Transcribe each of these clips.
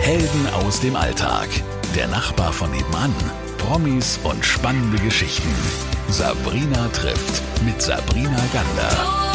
Helden aus dem Alltag. Der Nachbar von nebenan. Promis und spannende Geschichten. Sabrina trifft mit Sabrina Gander.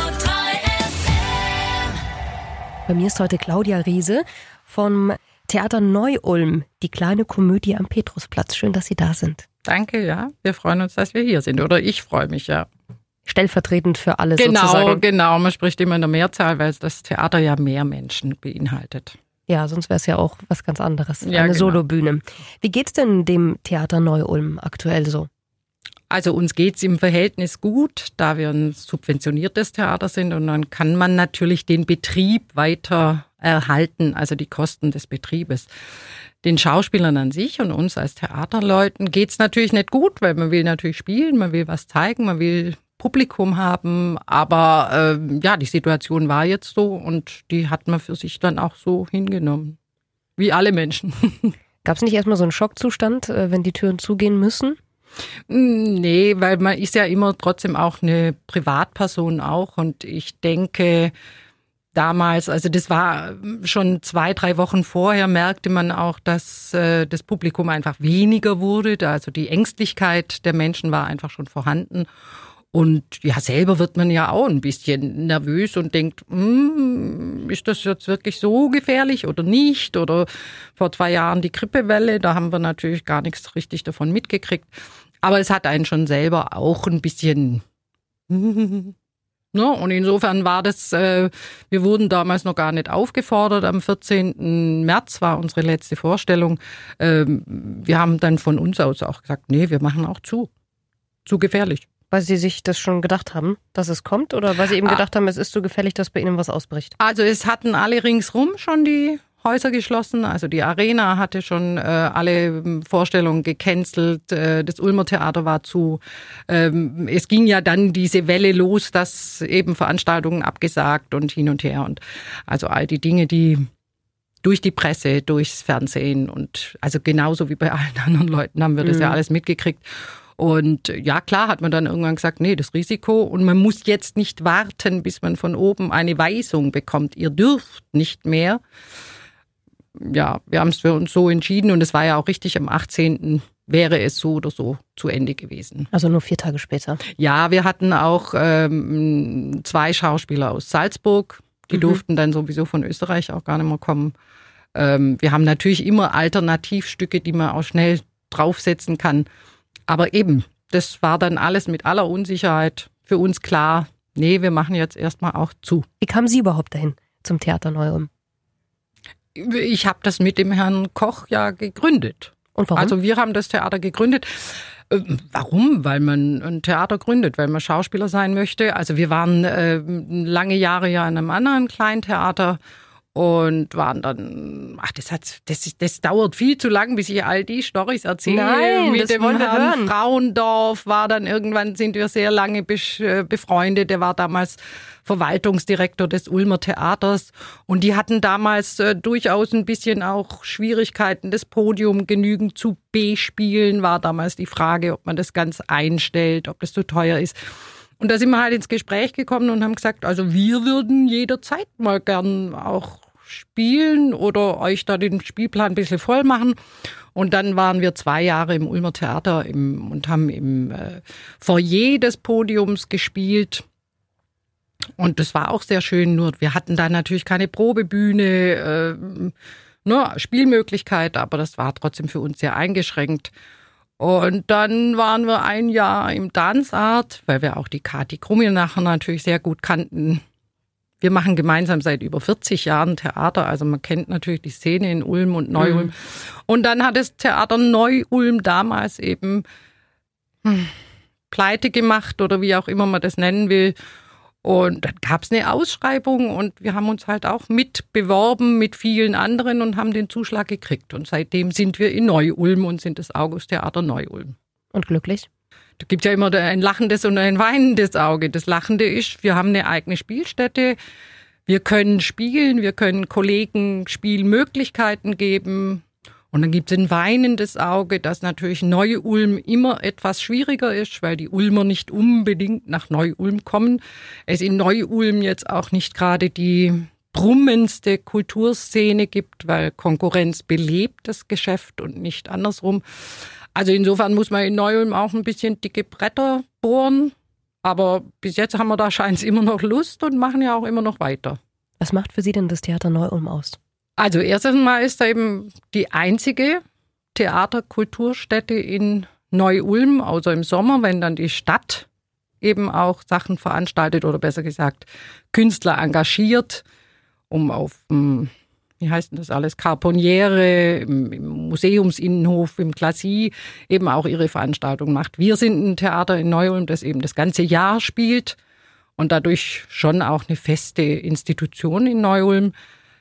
Bei mir ist heute Claudia Riese vom Theater Neu-Ulm, die kleine Komödie am Petrusplatz. Schön, dass Sie da sind. Danke, ja. Wir freuen uns, dass wir hier sind. Oder ich freue mich, ja. Stellvertretend für alle sozusagen. Genau. Man spricht immer in der Mehrzahl, weil das Theater ja mehr Menschen beinhaltet. Ja, sonst wäre es ja auch was ganz anderes. Ja, eine genau. Solobühne. Wie geht's denn dem Theater Neu-Ulm aktuell so? Also uns geht's im Verhältnis gut, da wir ein subventioniertes Theater sind. Und dann kann man natürlich den Betrieb weiter erhalten, also die Kosten des Betriebes. Den Schauspielern an sich und uns als Theaterleuten geht's natürlich nicht gut, weil man will natürlich spielen, man will was zeigen, man will Publikum haben, aber die Situation war jetzt so und die hat man für sich dann auch so hingenommen, wie alle Menschen. Gab es nicht erstmal so einen Schockzustand, wenn die Türen zugehen müssen? Nee, weil man ist ja immer trotzdem auch eine Privatperson auch und ich denke, damals, also das war schon 2-3 Wochen vorher, merkte man auch, dass das Publikum einfach weniger wurde. Also die Ängstlichkeit der Menschen war einfach schon vorhanden. Und ja, selber wird man ja auch ein bisschen nervös und denkt, ist das jetzt wirklich so gefährlich oder nicht? Oder vor 2 Jahren die Grippewelle, da haben wir natürlich gar nichts richtig davon mitgekriegt. Aber es hat einen schon selber auch ein bisschen... Ne? Und insofern war das, wir wurden damals noch gar nicht aufgefordert. Am 14. März war unsere letzte Vorstellung. Wir haben dann von uns aus auch gesagt, nee, wir machen auch zu. Zu gefährlich. Weil Sie sich das schon gedacht haben, dass es kommt? Oder weil Sie eben gedacht haben, es ist so gefährlich, dass bei Ihnen was ausbricht? Also es hatten alle ringsrum schon die Häuser geschlossen. Also die Arena hatte schon alle Vorstellungen gecancelt. Das Ulmer Theater war zu. Es ging ja dann diese Welle los, dass eben Veranstaltungen abgesagt und hin und her. Und also all die Dinge, die durch die Presse, durchs Fernsehen und also genauso wie bei allen anderen Leuten haben wir das ja alles mitgekriegt. Und ja, klar hat man dann irgendwann gesagt, nee, das Risiko und man muss jetzt nicht warten, bis man von oben eine Weisung bekommt. Ihr dürft nicht mehr. Ja, wir haben es für uns so entschieden und es war ja auch richtig, am 18. wäre es so oder so zu Ende gewesen. Also nur 4 Tage später? Ja, wir hatten auch 2 Schauspieler aus Salzburg, die durften dann sowieso von Österreich auch gar nicht mehr kommen. Wir haben natürlich immer Alternativstücke, die man auch schnell draufsetzen kann. Aber eben, das war dann alles mit aller Unsicherheit für uns klar. Nee, wir machen jetzt erstmal auch zu. Wie kamen Sie überhaupt dahin zum Theater Neu-Ulm? Ich habe das mit dem Herrn Koch ja gegründet. Und warum? Also wir haben das Theater gegründet. Warum? Weil man ein Theater gründet, weil man Schauspieler sein möchte. Also wir waren lange Jahre ja in einem anderen kleinen Theater und waren dann, das dauert viel zu lang, bis ich all die Storys erzähle. Nein, mit das dem wollen wir Herrn hören. Frauendorf war dann irgendwann, sind wir sehr lange befreundet. Der war damals Verwaltungsdirektor des Ulmer Theaters und die hatten damals durchaus ein bisschen auch Schwierigkeiten, das Podium genügend zu bespielen, war damals die Frage, ob man das ganz einstellt, ob das zu teuer ist. Und da sind wir halt ins Gespräch gekommen und haben gesagt, also wir würden jederzeit mal gern auch spielen oder euch da den Spielplan ein bisschen voll machen. Und dann waren wir 2 Jahre im Ulmer Theater und haben im Foyer des Podiums gespielt. Und das war auch sehr schön, nur wir hatten da natürlich keine Probebühne, Spielmöglichkeit, aber das war trotzdem für uns sehr eingeschränkt. Und dann waren wir 1 Jahr im Tanzart, weil wir auch die Kati Krumminacher natürlich sehr gut kannten. Wir machen gemeinsam seit über 40 Jahren Theater, also man kennt natürlich die Szene in Ulm und Neu-Ulm. Und dann hat das Theater Neu-Ulm damals eben pleite gemacht oder wie auch immer man das nennen will. Und dann gab es eine Ausschreibung und wir haben uns halt auch mit beworben mit vielen anderen und haben den Zuschlag gekriegt. Und seitdem sind wir in Neu-Ulm und sind das August-Theater Neu-Ulm. Und glücklich? Da gibt ja immer ein lachendes und ein weinendes Auge. Das Lachende ist, wir haben eine eigene Spielstätte. Wir können spielen, wir können Kollegen Spielmöglichkeiten geben. Und dann gibt es ein weinendes Auge, dass natürlich Neu-Ulm immer etwas schwieriger ist, weil die Ulmer nicht unbedingt nach Neu-Ulm kommen. Es in Neu-Ulm jetzt auch nicht gerade die brummendste Kulturszene gibt, weil Konkurrenz belebt das Geschäft und nicht andersrum. Also insofern muss man in Neu-Ulm auch ein bisschen dicke Bretter bohren. Aber bis jetzt haben wir da scheinbar immer noch Lust und machen ja auch immer noch weiter. Was macht für Sie denn das Theater Neu-Ulm aus? Also erstens mal ist da eben die einzige Theaterkulturstätte in Neu-Ulm, außer im Sommer, wenn dann die Stadt eben auch Sachen veranstaltet oder besser gesagt Künstler engagiert, um auf, wie heißt denn das alles, Carponiere, im Museumsinnenhof, im Glacis eben auch ihre Veranstaltungen macht. Wir sind ein Theater in Neu-Ulm, das eben das ganze Jahr spielt und dadurch schon auch eine feste Institution in Neu-Ulm.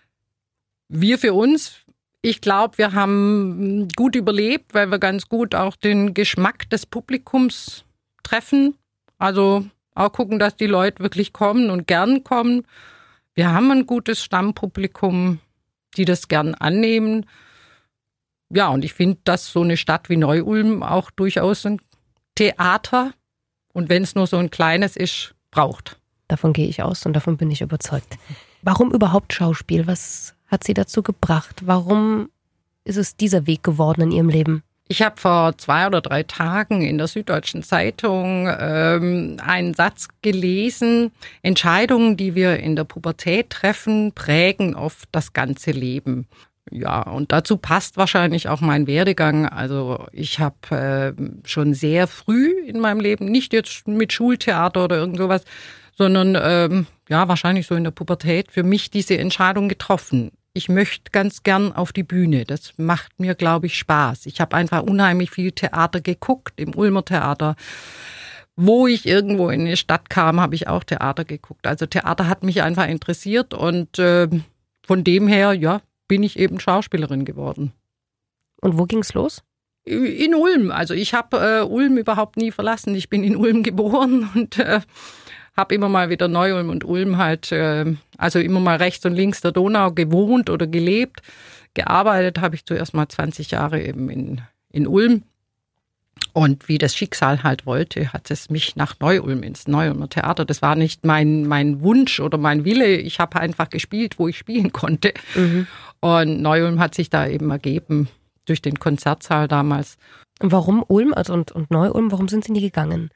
Wir für uns, ich glaube, wir haben gut überlebt, weil wir ganz gut auch den Geschmack des Publikums treffen. Also auch gucken, dass die Leute wirklich kommen und gern kommen. Wir haben ein gutes Stammpublikum, die das gern annehmen. Ja, und ich finde, dass so eine Stadt wie Neu-Ulm auch durchaus ein Theater, und wenn es nur so ein kleines ist, braucht. Davon gehe ich aus und davon bin ich überzeugt. Warum überhaupt Schauspiel? Was hat Sie dazu gebracht? Warum ist es dieser Weg geworden in Ihrem Leben? Ich habe vor 2 oder 3 Tagen in der Süddeutschen Zeitung einen Satz gelesen: Entscheidungen, die wir in der Pubertät treffen, prägen oft das ganze Leben. Ja, und dazu passt wahrscheinlich auch mein Werdegang. Also ich habe schon sehr früh in meinem Leben, nicht jetzt mit Schultheater oder irgend sowas, sondern wahrscheinlich so in der Pubertät für mich diese Entscheidung getroffen. Ich möchte ganz gern auf die Bühne. Das macht mir, glaube ich, Spaß. Ich habe einfach unheimlich viel Theater geguckt, im Ulmer Theater. Wo ich irgendwo in die Stadt kam, habe ich auch Theater geguckt. Also Theater hat mich einfach interessiert und von dem her, ja, bin ich eben Schauspielerin geworden. Und wo ging's los? In Ulm. Also ich habe Ulm überhaupt nie verlassen. Ich bin in Ulm geboren und habe immer mal wieder Neu-Ulm und Ulm halt, also immer mal rechts und links der Donau gewohnt oder gelebt. Gearbeitet habe ich zuerst mal 20 Jahre eben in Ulm. Und wie das Schicksal halt wollte, hat es mich nach Neu-Ulm, ins Neu-Ulmer Theater. Das war nicht mein Wunsch oder mein Wille. Ich habe einfach gespielt, wo ich spielen konnte. Mhm. Und Neu-Ulm hat sich da eben ergeben durch den Konzertsaal damals. Und warum Ulm und Neu-Ulm, warum sind Sie nie gegangen?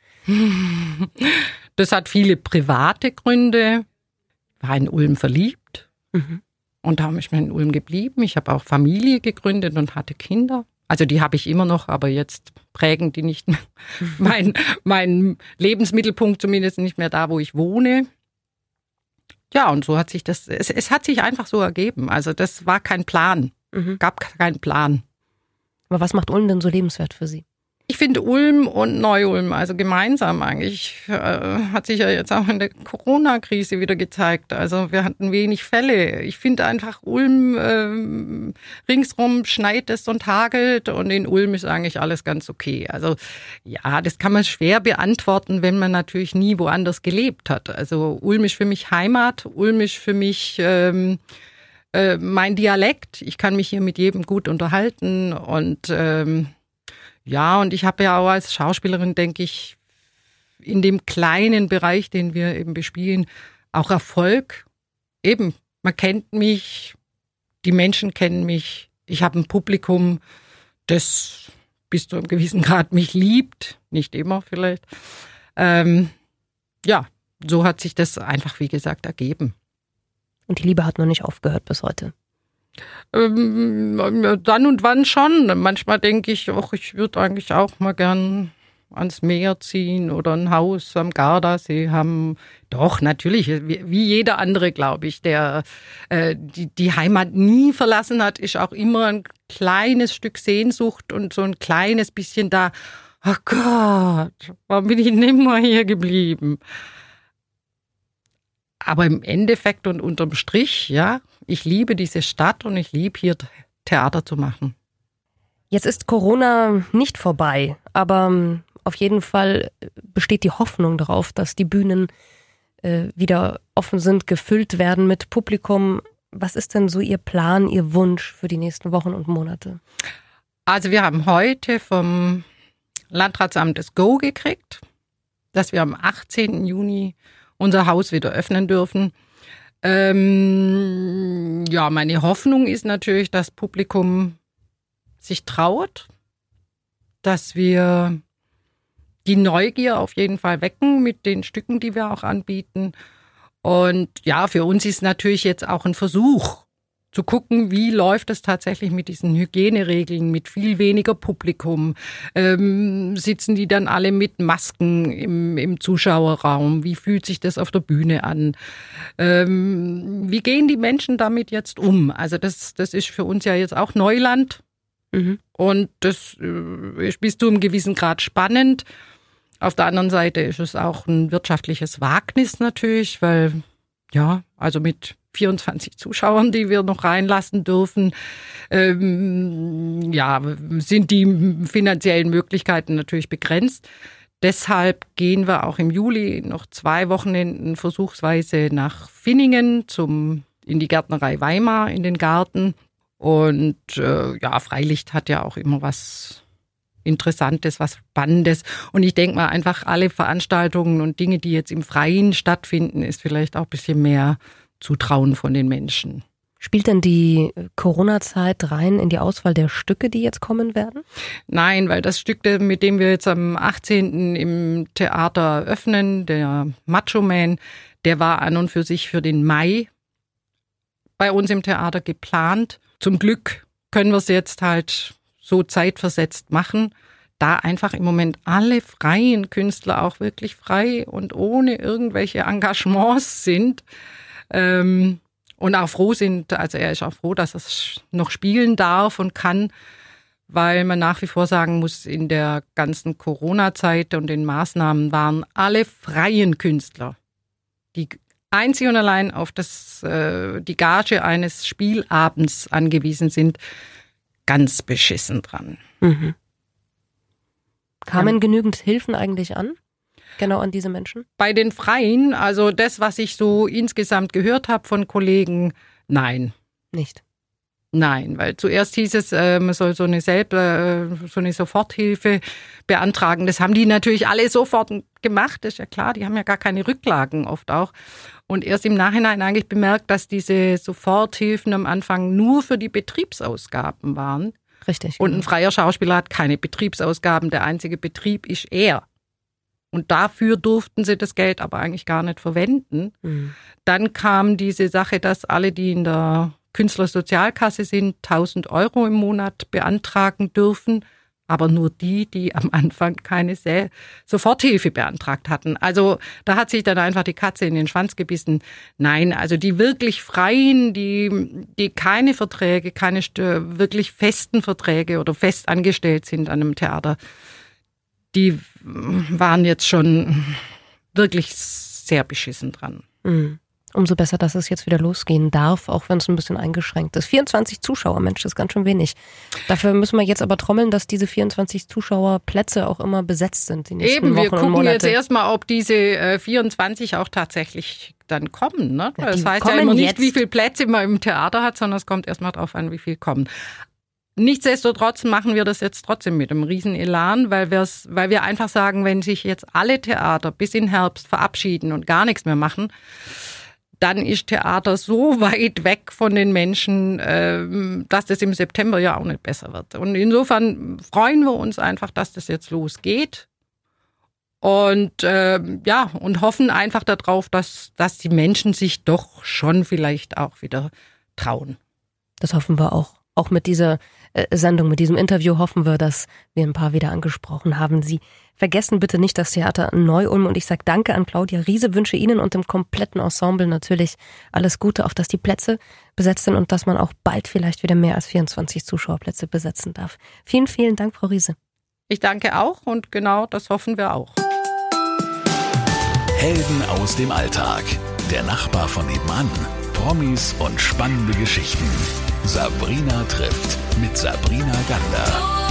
Das hat viele private Gründe. Ich war in Ulm verliebt. Mhm. Und darum ist mir in Ulm geblieben. Ich habe auch Familie gegründet und hatte Kinder. Also die habe ich immer noch, aber jetzt prägen die nicht mein Lebensmittelpunkt, zumindest nicht mehr da, wo ich wohne. Ja, und so hat sich das, es hat sich einfach so ergeben. Also das war kein Plan, gab keinen Plan. Aber was macht Ulm denn so lebenswert für Sie? Ich finde Ulm und Neu-Ulm, also gemeinsam eigentlich, hat sich ja jetzt auch in der Corona-Krise wieder gezeigt. Also wir hatten wenig Fälle. Ich finde einfach Ulm, ringsrum schneit es und hagelt und in Ulm ist eigentlich alles ganz okay. Also ja, das kann man schwer beantworten, wenn man natürlich nie woanders gelebt hat. Also Ulm ist für mich Heimat, Ulm ist für mich mein Dialekt. Ich kann mich hier mit jedem gut unterhalten und ja, und ich habe ja auch als Schauspielerin, denke ich, in dem kleinen Bereich, den wir eben bespielen, auch Erfolg. Eben, man kennt mich, die Menschen kennen mich, ich habe ein Publikum, das bis zu einem gewissen Grad mich liebt, nicht immer vielleicht. Ja, so hat sich das einfach, wie gesagt, ergeben. Und die Liebe hat noch nicht aufgehört bis heute? Dann und wann schon. Manchmal denke ich, ich würde eigentlich auch mal gern ans Meer ziehen oder ein Haus am Gardasee haben. Doch, natürlich, wie jeder andere, glaube ich, der die Heimat nie verlassen hat, ist auch immer ein kleines Stück Sehnsucht und so ein kleines bisschen da, oh Gott, warum bin ich nimmer hier geblieben? Aber im Endeffekt und unterm Strich, ja, ich liebe diese Stadt und ich liebe hier Theater zu machen. Jetzt ist Corona nicht vorbei, aber auf jeden Fall besteht die Hoffnung darauf, dass die Bühnen wieder offen sind, gefüllt werden mit Publikum. Was ist denn so Ihr Plan, Ihr Wunsch für die nächsten Wochen und Monate? Also wir haben heute vom Landratsamt das Go gekriegt, dass wir am 18. Juni unser Haus wieder öffnen dürfen. Meine Hoffnung ist natürlich, dass das Publikum sich traut, dass wir die Neugier auf jeden Fall wecken mit den Stücken, die wir auch anbieten. Und ja, für uns ist natürlich jetzt auch ein Versuch zu gucken, wie läuft es tatsächlich mit diesen Hygieneregeln, mit viel weniger Publikum. Sitzen die dann alle mit Masken im Zuschauerraum? Wie fühlt sich das auf der Bühne an? Wie gehen die Menschen damit jetzt um? Also das ist für uns ja jetzt auch Neuland. Und das ist bis zu einem gewissen Grad spannend. Auf der anderen Seite ist es auch ein wirtschaftliches Wagnis natürlich, weil also mit 24 Zuschauern, die wir noch reinlassen dürfen, sind die finanziellen Möglichkeiten natürlich begrenzt. Deshalb gehen wir auch im Juli noch 2 Wochenenden versuchsweise nach Finningen in die Gärtnerei Weimar, in den Garten. Und Freilicht hat ja auch immer was Interessantes, was Spannendes. Und ich denke mal, einfach alle Veranstaltungen und Dinge, die jetzt im Freien stattfinden, ist vielleicht auch ein bisschen mehr Zutrauen von den Menschen. Spielt denn die Corona-Zeit rein in die Auswahl der Stücke, die jetzt kommen werden? Nein, weil das Stück, mit dem wir jetzt am 18. im Theater öffnen, der Macho Man, der war an und für sich für den Mai bei uns im Theater geplant. Zum Glück können wir es jetzt halt so zeitversetzt machen, da einfach im Moment alle freien Künstler auch wirklich frei und ohne irgendwelche Engagements sind und auch froh sind, also er ist auch froh, dass er es noch spielen darf und kann, weil man nach wie vor sagen muss, in der ganzen Corona-Zeit und den Maßnahmen waren alle freien Künstler, die einzig und allein auf die Gage eines Spielabends angewiesen sind, ganz beschissen dran. Kamen genügend Hilfen eigentlich an? Genau an diese Menschen? Bei den Freien, also das, was ich so insgesamt gehört habe von Kollegen, nein. Nicht? Nein, weil zuerst hieß es, man soll so eine Soforthilfe beantragen. Das haben die natürlich alle sofort gemacht, das ist ja klar, die haben ja gar keine Rücklagen oft auch. Und erst im Nachhinein eigentlich bemerkt, dass diese Soforthilfen am Anfang nur für die Betriebsausgaben waren. Richtig. Und ein freier Schauspieler hat keine Betriebsausgaben, der einzige Betrieb ist er. Und dafür durften sie das Geld aber eigentlich gar nicht verwenden. Dann kam diese Sache, dass alle, die in der Künstlersozialkasse sind, 1.000 € im Monat beantragen dürfen, aber nur die am Anfang keine Soforthilfe beantragt hatten. Also da hat sich dann einfach die Katze in den Schwanz gebissen. Nein, also die wirklich Freien, die keine Verträge, keine wirklich festen Verträge oder fest angestellt sind an einem Theater, die waren jetzt schon wirklich sehr beschissen dran. Umso besser, dass es jetzt wieder losgehen darf, auch wenn es ein bisschen eingeschränkt ist. 24 Zuschauer, Mensch, das ist ganz schön wenig. Dafür müssen wir jetzt aber trommeln, dass diese 24 Zuschauerplätze auch immer besetzt sind die nächsten Wochen und Monate. Wir gucken jetzt erstmal, ob diese 24 auch tatsächlich dann kommen. Ne? Das heißt ja immer nicht, wie viele Plätze man im Theater hat, sondern es kommt erstmal drauf an, wie viel kommen. Nichtsdestotrotz machen wir das jetzt trotzdem mit einem riesen Elan, weil wir einfach sagen, wenn sich jetzt alle Theater bis in Herbst verabschieden und gar nichts mehr machen, dann ist Theater so weit weg von den Menschen, dass das im September ja auch nicht besser wird. Und insofern freuen wir uns einfach, dass das jetzt losgeht. Und und hoffen einfach darauf, dass die Menschen sich doch schon vielleicht auch wieder trauen. Das hoffen wir auch. Auch mit dieser Sendung, mit diesem Interview hoffen wir, dass wir ein paar wieder angesprochen haben. Sie vergessen bitte nicht das Theater Neu-Ulm und ich sage danke an Claudia Riese, wünsche Ihnen und dem kompletten Ensemble natürlich alles Gute, auch dass die Plätze besetzt sind und dass man auch bald vielleicht wieder mehr als 24 Zuschauerplätze besetzen darf. Vielen, vielen Dank, Frau Riese. Ich danke auch und genau das hoffen wir auch. Helden aus dem Alltag. Der Nachbar von nebenan. Promis und spannende Geschichten. Sabrina trifft mit Sabrina Gander.